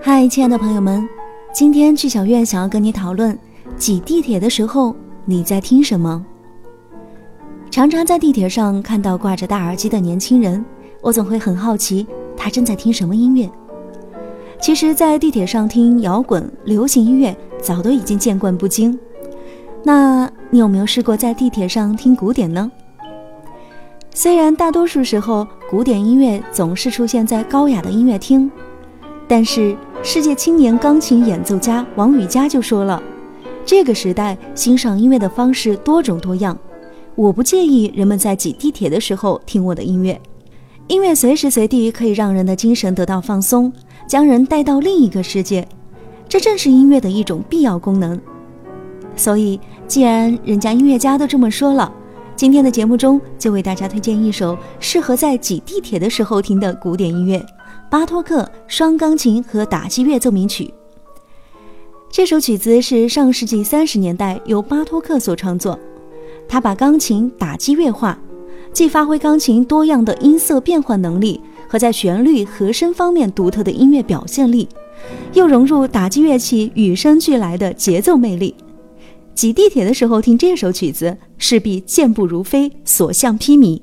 嗨，亲爱的朋友们，今天剧小院想要跟你讨论挤地铁的时候你在听什么。常常在地铁上看到挂着大耳机的年轻人，我总会很好奇他正在听什么音乐。其实在地铁上听摇滚、流行音乐早都已经见惯不惊，那你有没有试过在地铁上听古典呢？虽然大多数时候古典音乐总是出现在高雅的音乐厅，但是世界青年钢琴演奏家王羽佳就说了，这个时代欣赏音乐的方式多种多样，我不介意人们在挤地铁的时候听我的音乐。音乐随时随地可以让人的精神得到放松，将人带到另一个世界，这正是音乐的一种必要功能。所以既然人家音乐家都这么说了，今天的节目中就为大家推荐一首适合在挤地铁的时候听的古典音乐，巴托克双钢琴和打击乐奏鸣曲。这首曲子是上世纪30年代由巴托克所创作，他把钢琴打击乐化，既发挥钢琴多样的音色变换能力和在旋律和声方面独特的音乐表现力，又融入打击乐器与生俱来的节奏魅力。挤地铁的时候听这首曲子，势必健步如飞，所向披靡。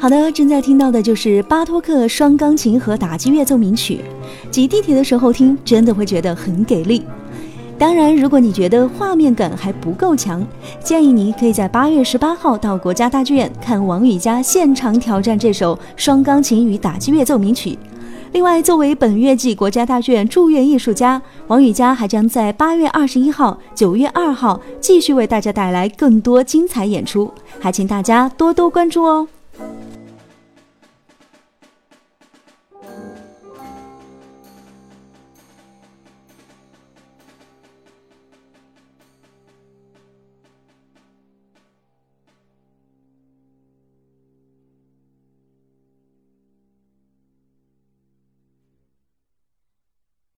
好的，正在听到的就是巴托克双钢琴和打击乐奏鸣曲，挤地铁的时候听，真的会觉得很给力。当然，如果你觉得画面感还不够强，建议你可以在8月18号到国家大剧院看王羽佳现场挑战这首双钢琴与打击乐奏鸣曲。另外，作为本乐季国家大剧院驻院艺术家，王羽佳还将在8月21号、9月2号继续为大家带来更多精彩演出，还请大家多多关注哦。